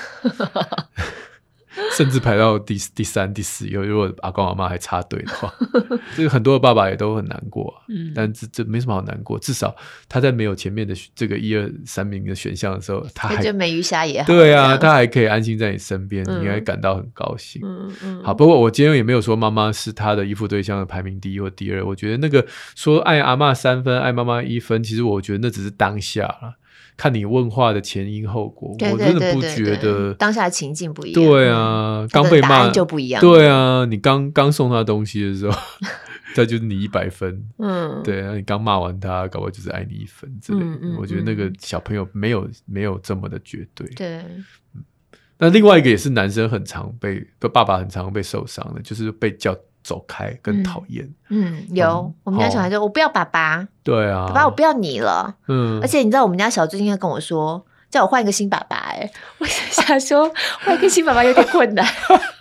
甚至排到第第三、第四，如果阿公阿嬷还插队的话，这个很多的爸爸也都很难过、啊嗯、但这这没什么好难过，至少他在没有前面的这个一二三名的选项的时候，他还就美鱼虾也好， 对啊，他还可以安心在你身边，嗯、你应该感到很高兴。嗯嗯。好，不过我今天也没有说妈妈是他的依附对象的排名第一或第二，我觉得那个说爱阿嬷三分，爱妈妈一分，其实我觉得那只是当下啦。看你问话的前因后果， 对对对对对， 我真的不觉得当下的情境不一样。 对啊，刚、嗯、被骂就不一样。 对啊，你刚刚送他东西的时候，他就是你一百分。嗯，对啊，你刚骂完他，搞不好就是爱你一分之类的。嗯嗯、我觉得那个小朋友没有没有这么的绝对。 对。 嗯，那另外一个也是男生很常被爸爸很常被受伤的，就是被叫走开跟讨厌。 嗯, 嗯有、嗯、我们家小孩说、哦、我不要爸爸。 对啊， 爸爸我不要你了。嗯，而且你知道我们家小最近跟我说叫我换一个新爸爸。哎、欸，我想说换一个新爸爸有点困难。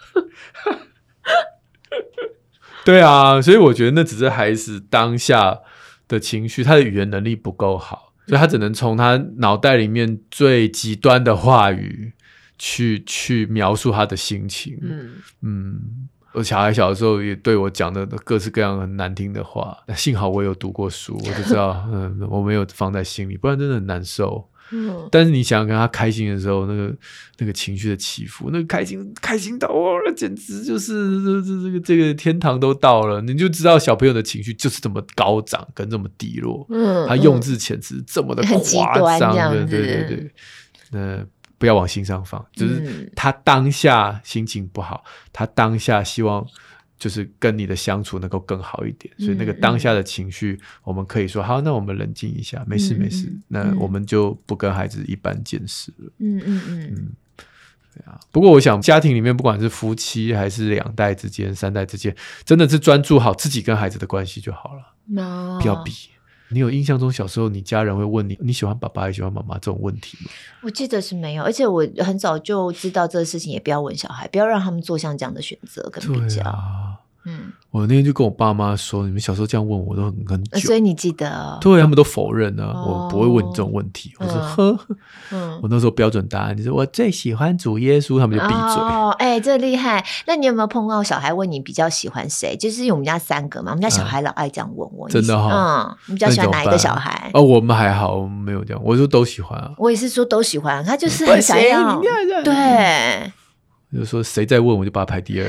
对啊，所以我觉得那只是孩子当下的情绪，他的语言能力不够好，所以他只能从他脑袋里面最极端的话语去去描述他的心情。嗯嗯，我小孩小的时候也对我讲的各式各样很难听的话，幸好我有读过书，我就知道嗯，我没有放在心里，不然真的很难受。嗯，但是你想想看他开心的时候，那个那个情绪的起伏，那个开心开心到哦，那简直就是这这这个这个天堂都到了，你就知道小朋友的情绪就是这么高涨跟这么低落。嗯，他用字遣词这么的夸张的，对对对，那不要往心上放，就是他当下心情不好，他当下希望就是跟你的相处能够更好一点，所以那个当下的情绪我们可以说好，那我们冷静一下，没事没事，那我们就不跟孩子一般见识了。嗯嗯嗯嗯，对啊。不过我想家庭里面不管是夫妻还是两代之间三代之间，真的是专注好自己跟孩子的关系就好了。No. 不要比。你有印象中小时候你家人会问你你喜欢爸爸还是喜欢妈妈这种问题吗？ 我记得是没有，而且我很早就知道这个事情也不要问小孩，不要让他们做像这样的选择跟比较。 对啊， 嗯，我那天就跟我爸妈说，你们小时候这样问我都很很久， 所以你记得哦？ 对，他们都否认啊，哦、我不会问你这种问题。我说呵，嗯，我那时候标准答案就是我最喜欢主耶稣，他们就闭嘴。 哦，哎、欸，这厉害！那你有没有碰到小孩问你比较喜欢谁？就是我们家三个嘛，我们家小孩老爱这样问我， 嗯、真的哈、 哦，嗯，你比较喜欢哪一个小孩？ 哦，我们还好，我们没有这样，我说都喜欢啊。 我也是说都喜欢，他就是很想要，对。 就说谁再问我就把他排第二。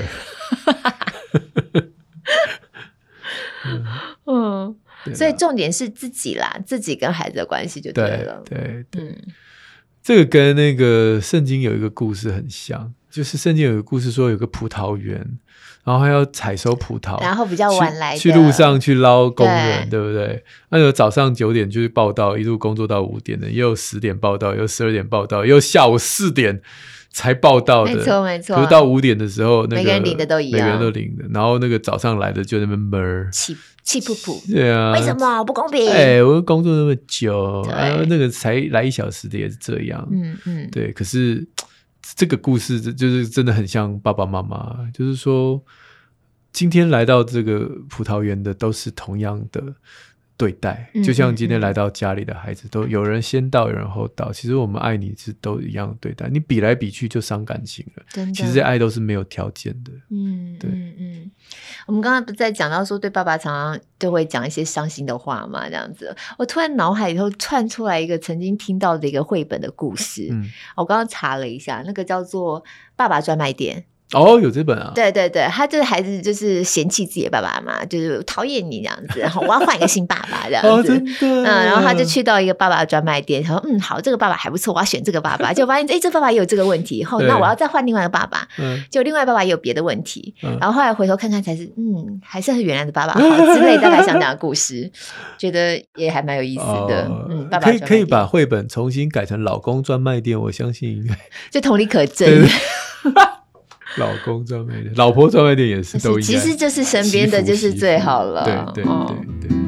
嗯，所以重点是自己啦，自己跟孩子的关系就对了。 对对对、嗯，这个跟那个圣经有一个故事很像，就是圣经有一个故事说有个葡萄园，然后他要采收葡萄， 然后比较晚来的去路上去捞工人， 对, 对不对？那有早上九点就去报到，一路工作到五点的，也有十点报到，也有十二点报到，也有下午四点才报到的， 没错没错。 可是到五点的时候，那个每个人领的都一样， 每个人都领的。然后那个早上来的就在那边闷气气噗噗， 对啊， 为什么不公平？ 哎、欸，我工作那么久，然后、啊、那个才来一小时的也是这样， 嗯嗯， 对。可是这个故事就是真的很像爸爸妈妈，就是说今天来到这个葡萄园的都是同样的对待，就像今天来到家里的孩子，都有人先到有人后到，其实我们爱你是都一样的对待，你比来比去就伤感情了，真的，其实爱都是没有条件的。 嗯，对，嗯嗯。我们刚刚不是在讲到说对爸爸常常都会讲一些伤心的话嘛，这样子，我突然脑海里头窜出来一个曾经听到的一个绘本的故事，嗯，我刚刚查了一下，那个叫做《爸爸专卖店》。 哦，有这本啊？ 对对对，他就是孩子就是嫌弃自己的爸爸嘛，就是讨厌你这样子，然后我要换一个新爸爸这样子。 哦，真的。嗯， 然后他就去到一个爸爸的专卖店，他说：“嗯，好，这个爸爸还不错，我要选这个爸爸。”就发现，哎，这爸爸也有这个问题，后那我要再换另外一个爸爸。嗯，就另外一个爸爸也有别的问题，嗯，然后后来回头看看才是，嗯，还是原来的爸爸好之类，大概像这样的故事，觉得也还蛮有意思的。哦、嗯，爸爸可以可以把绘本重新改成老公专卖店，我相信应该就同理可证。 老公专卖店，老婆专卖店也是都应该， 其实就是身边的就是最好了。 对对对、哦、对。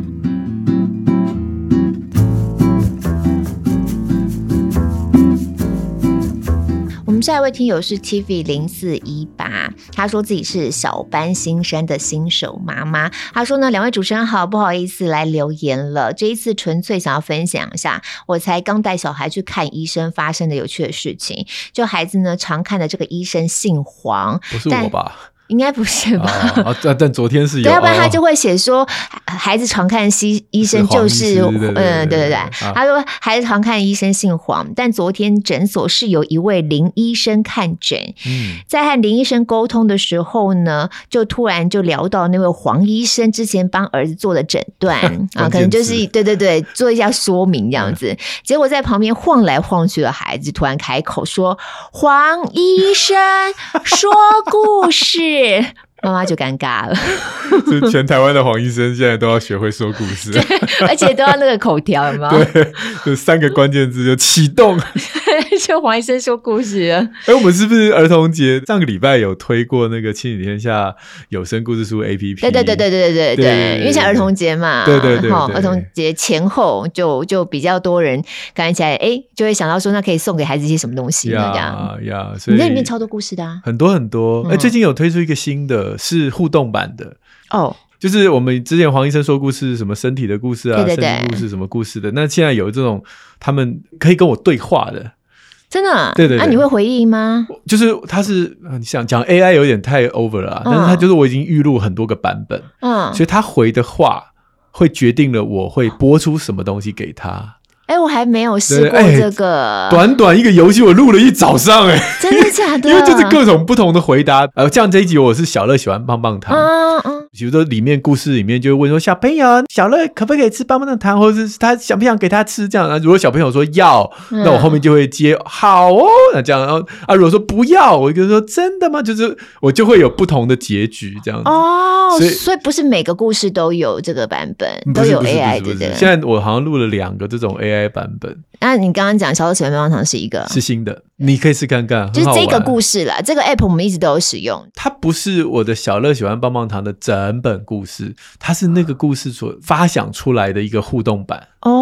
我们下一位听友是 T V 零四一八，他说自己是小班新生的新手妈妈。他说呢，两位主持人好，不好意思来留言了，这一次纯粹想要分享一下，我才刚带小孩去看医生发生的有趣的事情。就孩子呢常看的这个医生姓黄， 不是我吧？ 应该不是吧？ 哦哦、但昨天是有， 对，要不然他就会写说、哦、孩子常看医生就是嗯，对对对、 啊，他说孩子常看医生姓黄，但昨天诊所是有一位林医生看诊，嗯，在和林医生沟通的时候呢，就突然就聊到那位黄医生之前帮儿子做的诊断啊，可能就是对对对做一下说明这样子，嗯、结果在旁边晃来晃去的孩子突然开口说：“黄医生说故事。”妈妈就尴尬了。 是全台湾的黄医生现在都要学会说故事， 而且都要那个口条，有没有？ 对，就三个关键字就启动。 就黄医生说故事了。 哎、欸，我们是不是儿童节上个礼拜有推过那个亲子天下有声故事书 A P P？ 对对对对对对 对, 对，因为像儿童节嘛， 对对 对, 对, 对， 儿童节前后就就比较多人感觉起来，哎、欸，就会想到说，那可以送给孩子一些什么东西呢？这样呀， 你那里面超多故事的、啊， 很多很多。哎、嗯欸，最近有推出一个新的，是互动版的哦。 就是我们之前黄医生说故事，什么身体的故事啊， 对对对， 身体故事什么故事的，那现在有这种他们可以跟我对话的。 真的、啊？ 对对对， 啊，你会回应吗？ 就是他是你想讲 A I 有点太 over 了、啊嗯，但是他就是我已经预录很多个版本，嗯，所以他回的话会决定了我会播出什么东西给他。 哎、欸，我还没有试过这个。 欸、短短一个游戏，我录了一早上、欸，哎， 真的假的？ 因为就是各种不同的回答。呃，像这一集我是小乐喜欢棒棒糖，嗯嗯，比如说里面故事里面就会问说小朋友，小乐可不可以吃棒棒糖，或者是他想不想给他吃这样。啊、如果小朋友说要，嗯、那我后面就会接好哦，那这样。然后啊，如果说不要，我就说真的吗？就是我就会有不同的结局这样子。 哦，所以所以不是每个故事都有这个版本，都有 A I 的。 现在我好像录了两个这种 A I。版本， 那、啊、你刚刚讲小乐喜欢棒棒糖是一个， 是新的，你可以试看看， 就是这个故事啦。这个 app 我们一直都有使用。 它不是我的小乐喜欢棒棒糖的整本故事，它是那个故事所发想出来的一个互动版。 哦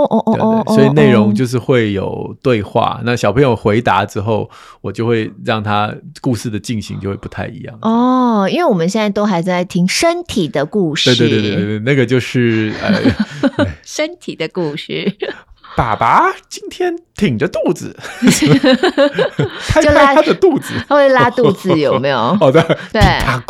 哦哦哦， 所以内容就是会有对话，那小朋友回答之后，我就会让他故事的进行就会不太一样。 哦，因为我们现在都还在听身体的故事。 对对对对对，那个就是呃身体的故事。 爸爸今天挺着肚子，拍拍他的肚子， 他会拉肚子，有没有？ 哦，对对，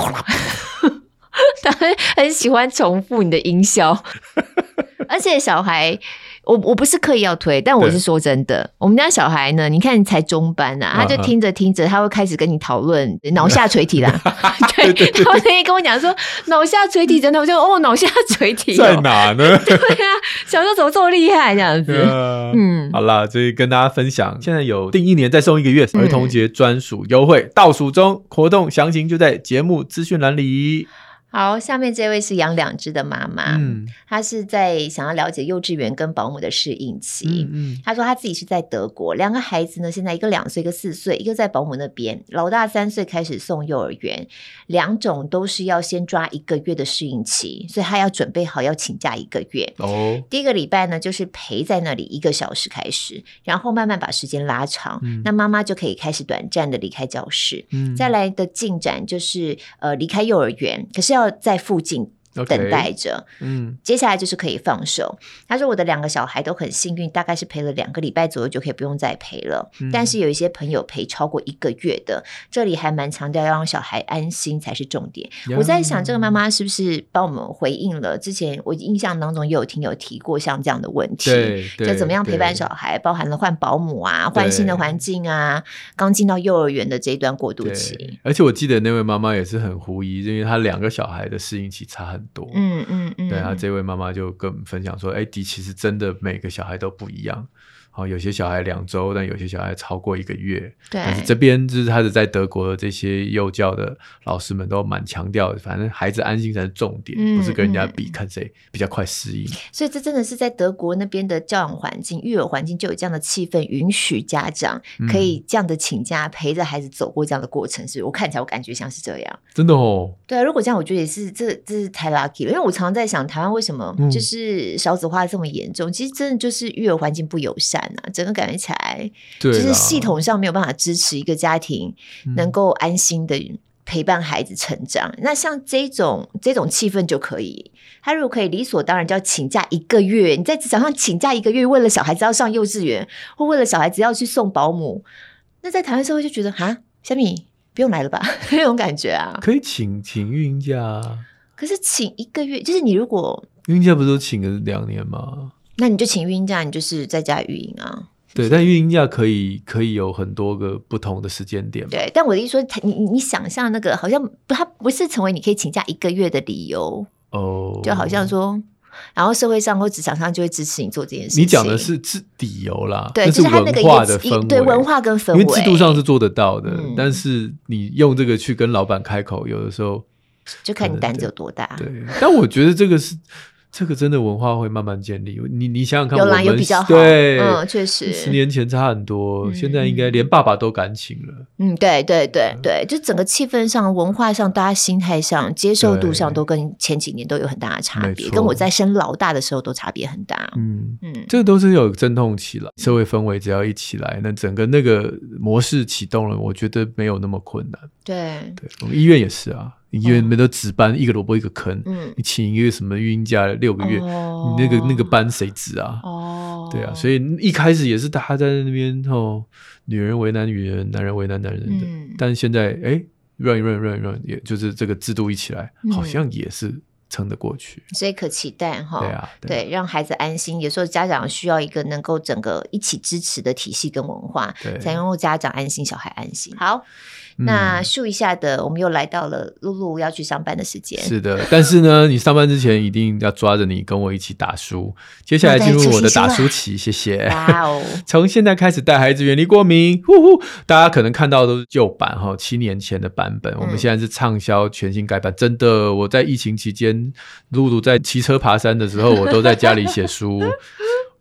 他很喜欢重复你的音效，而且小孩。我我不是刻意要推，但我是说真的，我们家小孩呢，你看才中班啊，他就听着听着，他会开始跟你讨论脑下垂体啦。对，对他会跟我讲说脑下垂体真的，我就哦脑下垂体、哦、 在哪呢？ 对啊，想说怎么这么厉害这样子。 呃、嗯，好啦，所以跟大家分享，现在有订一年再送一个月儿童节专属优惠、嗯、倒数中，活动详情就在节目资讯栏里。 好，下面这位是养两只的妈妈，嗯，她是在想要了解幼稚园跟保姆的适应期。嗯嗯，她说她自己是在德国，两个孩子呢，现在一个两岁，一个四岁，一个在保姆那边，老大三岁开始送幼儿园，两种都是要先抓一个月的适应期，所以她要准备好要请假一个月。哦，第一个礼拜呢，就是陪在那里一个小时开始，然后慢慢把时间拉长，嗯、那妈妈就可以开始短暂的离开教室。嗯，再来的进展就是呃离开幼儿园，可是要要在附近等待着、okay, 嗯，接下来就是可以放手。他说我的两个小孩都很幸运，大概是陪了两个礼拜左右就可以不用再陪了、嗯、但是有一些朋友陪超过一个月的，这里还蛮强调要让小孩安心才是重点、嗯、我在想这个妈妈是不是帮我们回应了之前我印象当中也有听友提过像这样的问题，就怎么样陪伴小孩，包含了换保姆啊，换新的环境啊，刚进到幼儿园的这一段过渡期。 而且我记得那位妈妈也是很狐疑，因为她两个小孩的适应期差很多，嗯嗯嗯，对啊，这位妈妈就跟我们分享说，哎，其实真的每个小孩都不一样。好，有些小孩两周，但有些小孩超过一个月。对，但是这边就是他是在德国的这些幼教的老师们都蛮强调的，反正孩子安心才是重点，嗯、不是跟人家比、嗯、看谁比较快适应。 所以这真的是在德国那边的教养环境、育儿环境就有这样的气氛，允许家长可以这样的请假陪着孩子走过这样的过程。是我看起来我感觉像是这样， 真的哦。 对啊，如果这样，我觉得也是这这是太 lucky 了，因为我常常在想，台湾为什么就是少子化这么严重、嗯？其实真的就是育儿环境不友善啊，整个感觉起来就是系统上没有办法支持一个家庭能够安心的陪伴孩子成长。嗯、那像这种这种气氛就可以，他如果可以理所当然就要请假一个月，你在职场上请假一个月，为了小孩子要上幼稚园，或为了小孩子要去送保姆，那在台湾社会就觉得哈，小米不用来了吧，那种感觉啊。 可以请请育婴假啊， 可是请一个月，就是你如果育婴假不是都请个两年吗？ 那你就请育婴假，你就是在家育婴啊。 对，但育婴假可以可以有很多个不同的时间点。 对，但我的意思说，你你想象那个好像它不是成为你可以请假一个月的理由哦，就好像说，然后社会上或职场上就会支持你做这件事情。 你讲的是理由啦， 对， 就是它那个文化的氛围， 对文化跟氛围， 因为制度上是做得到的、嗯，但是你用这个去跟老板开口，有的时候就看你胆子有多大。 对，但我觉得这个是。这个真的文化会慢慢建立，你你想想看， 有啦有比较好， 对， 嗯，确实， 十年前差很多、嗯，现在应该连爸爸都敢请了。 嗯，对对对对，就整个气氛上、文化上、大家心态上、接受度上，都跟前几年都有很大的差别，跟我在生老大的时候都差别很大。嗯嗯， 这个都是有阵痛期了，社会氛围只要一起来，那整个那个模式启动了，我觉得没有那么困难。对对，我们医院也是啊。医院里面都值班、哦、一个萝卜一个坑、嗯、你请一个什么育婴假六个月、哦、你那个那个班谁值啊、哦、对啊，所以一开始也是大家在那边哦，女人为难女人，男人为难男人的、嗯、但现在哎 run run run run 也就是这个制度一起来、嗯、好像也是撑得过去， 所以可期待哈。 对啊， 对，让孩子安心。有时候家长需要一个能够整个一起支持的体系跟文化，才能够家长安心，小孩安心。好。那数一下的，我们又来到了露露要去上班的时间。 是的，但是呢，你上班之前一定要抓着你跟我一起打书。接下来进入我的打书期，谢谢。哇哦！从现在开始带孩子远离过敏，呼呼！大家可能看到的都是旧版哈，七年前的版本。嗯、我们现在是畅销全新改版，真的。我在疫情期间，露露在骑车爬山的时候，我都在家里写书。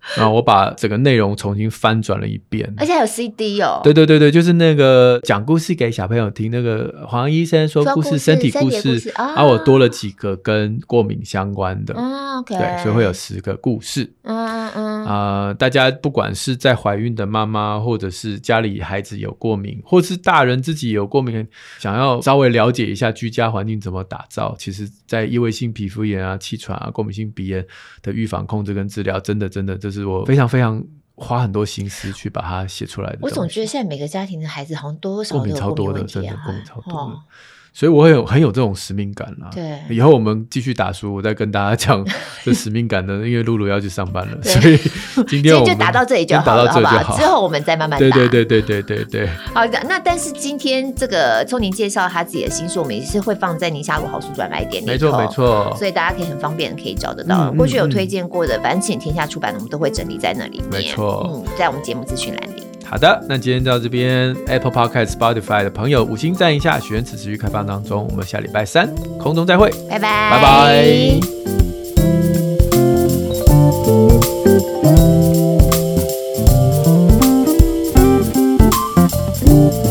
然后我把整个内容重新翻转了一遍， 而且还有 C D 哦。 对对对对，就是那个讲故事给小朋友听，那个黄医生说故事， 故事身体故事， 故事啊， 啊，我多了几个跟过敏相关的， 嗯 okay， 对，所以会有十个故事。 嗯嗯呃，大家不管是在怀孕的妈妈，或者是家里孩子有过敏，或是大人自己有过敏，想要稍微了解一下居家环境怎么打造，其实在异位性皮肤炎啊、气喘啊、过敏性鼻炎的预防、控制跟治疗，真的真的这是我非常非常花很多心思去把它写出来的。 我总觉得现在每个家庭的孩子好像多多少少都有过敏超多的， 问题啊， 真的过敏超多的。 哦， 所以我很有很有这种使命感啦。 对， 以后我们继续打书，我再跟大家讲这使命感的，因为露露要去上班了，所以今天我们就打到这里就好了，好不好？之后我们再慢慢打。 对对对对对对对。 好的，那但是今天这个从您介绍他自己的新书，我们也是会放在宁夏路好书专卖店里头， 没错没错， 所以大家可以很方便可以找得到。嗯、过去有推荐过的，反正请天下出版的，我们都会整理在那里面， 没错， 嗯，在我们节目资讯栏里。 好的，那今天到这边 Apple Podcast、Spotify 的朋友五星赞一下，许愿池持续开放当中，我们下礼拜三空中再会， 拜拜， 拜拜。 嗯